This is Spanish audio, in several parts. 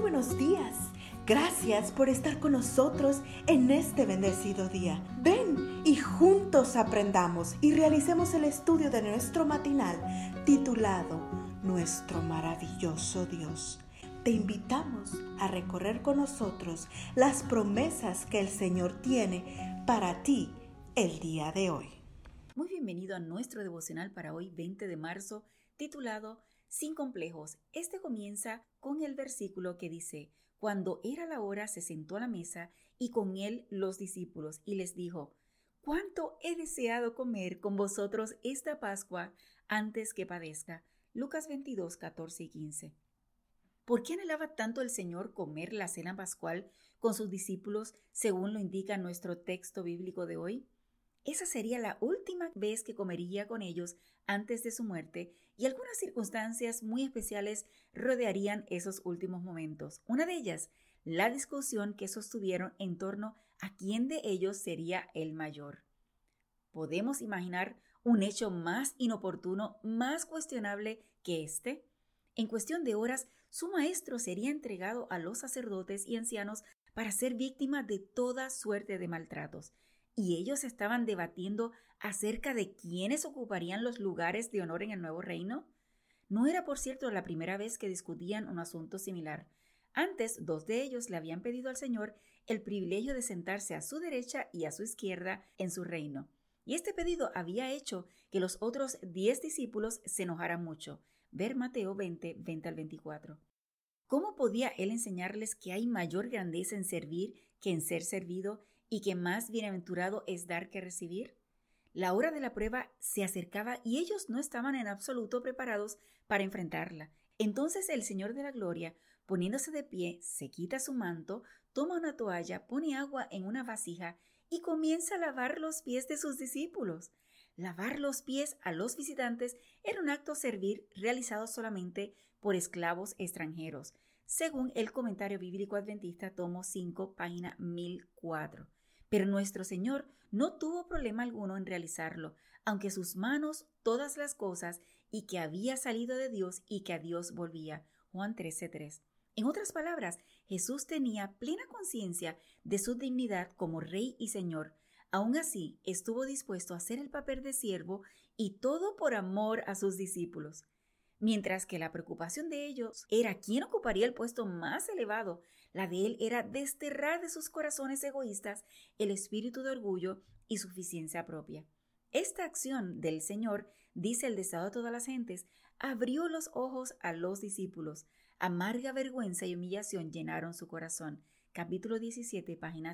buenos días. Gracias por estar con nosotros en este bendecido día. Ven y juntos aprendamos y realicemos el estudio de nuestro matinal titulado Nuestro maravilloso Dios. Te invitamos a recorrer con nosotros las promesas que el Señor tiene para ti el día de hoy. Muy bienvenido a nuestro devocional para hoy 20 de marzo titulado Sin complejos. Este comienza con el versículo que dice: Cuando era la hora se sentó a la mesa y con él los discípulos y les dijo: ¿Cuánto he deseado comer con vosotros esta Pascua antes que padezca? Lucas 22, 14 y 15. ¿Por qué anhelaba tanto el Señor comer la cena pascual con sus discípulos según lo indica nuestro texto bíblico de hoy? Esa sería la última vez que comería con ellos antes de su muerte y algunas circunstancias muy especiales rodearían esos últimos momentos. Una de ellas, la discusión que sostuvieron en torno a quién de ellos sería el mayor. ¿Podemos imaginar un hecho más inoportuno, más cuestionable que este? En cuestión de horas, su maestro sería entregado a los sacerdotes y ancianos para ser víctima de toda suerte de maltratos. Y ellos estaban debatiendo acerca de quiénes ocuparían los lugares de honor en el nuevo reino. No era, por cierto, la primera vez que discutían un asunto similar. Antes, 2 de ellos le habían pedido al Señor el privilegio de sentarse a su derecha y a su izquierda en su reino. Y este pedido había hecho que los otros 10 discípulos se enojaran mucho. Ver Mateo 20, 20 al 24. ¿Cómo podía él enseñarles que hay mayor grandeza en servir que en ser servido y que más bienaventurado es dar que recibir? La hora de la prueba se acercaba y ellos no estaban en absoluto preparados para enfrentarla. Entonces el Señor de la Gloria, poniéndose de pie, se quita su manto, toma una toalla, pone agua en una vasija y comienza a lavar los pies de sus discípulos. Lavar los pies a los visitantes era un acto servir realizado solamente por esclavos extranjeros, según el Comentario Bíblico Adventista, tomo 5, página 1004. Pero nuestro Señor no tuvo problema alguno en realizarlo, aunque sus manos todas las cosas y que había salido de Dios y que a Dios volvía. Juan 13:3. En otras palabras, Jesús tenía plena conciencia de su dignidad como Rey y Señor. Aún así, estuvo dispuesto a hacer el papel de siervo y todo por amor a sus discípulos. Mientras que la preocupación de ellos era quién ocuparía el puesto más elevado, la de él era desterrar de sus corazones egoístas el espíritu de orgullo y suficiencia propia. Esta acción del Señor, dice el deseado de todas las gentes, abrió los ojos a los discípulos. Amarga vergüenza y humillación llenaron su corazón. Capítulo 17, página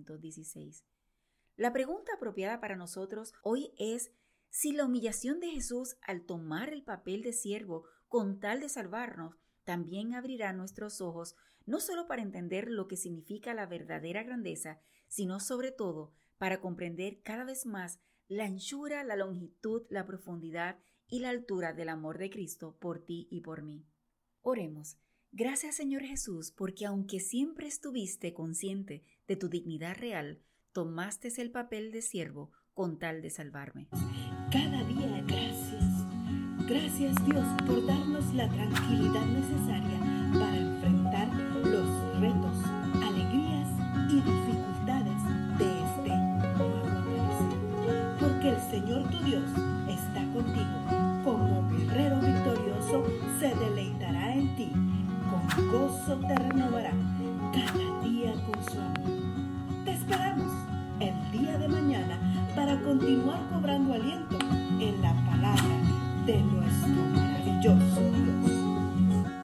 616. La pregunta apropiada para nosotros hoy es si la humillación de Jesús al tomar el papel de siervo con tal de salvarnos también abrirá nuestros ojos no solo para entender lo que significa la verdadera grandeza, sino sobre todo para comprender cada vez más la anchura, la longitud, la profundidad y la altura del amor de Cristo por ti y por mí. Oremos. Gracias, Señor Jesús, porque aunque siempre estuviste consciente de tu dignidad real, tomaste el papel de siervo con tal de salvarme. Cada día gracias. Gracias Dios por darnos la tranquilidad necesaria para enfrentar los retos, alegrías y dificultades de este nuevo amanecer. Porque el Señor tu Dios está contigo. Como guerrero victorioso se deleitará en ti. Con gozo te renovará cada día con su amor. Te esperamos el día de mañana para continuar cobrando aliento en la palabra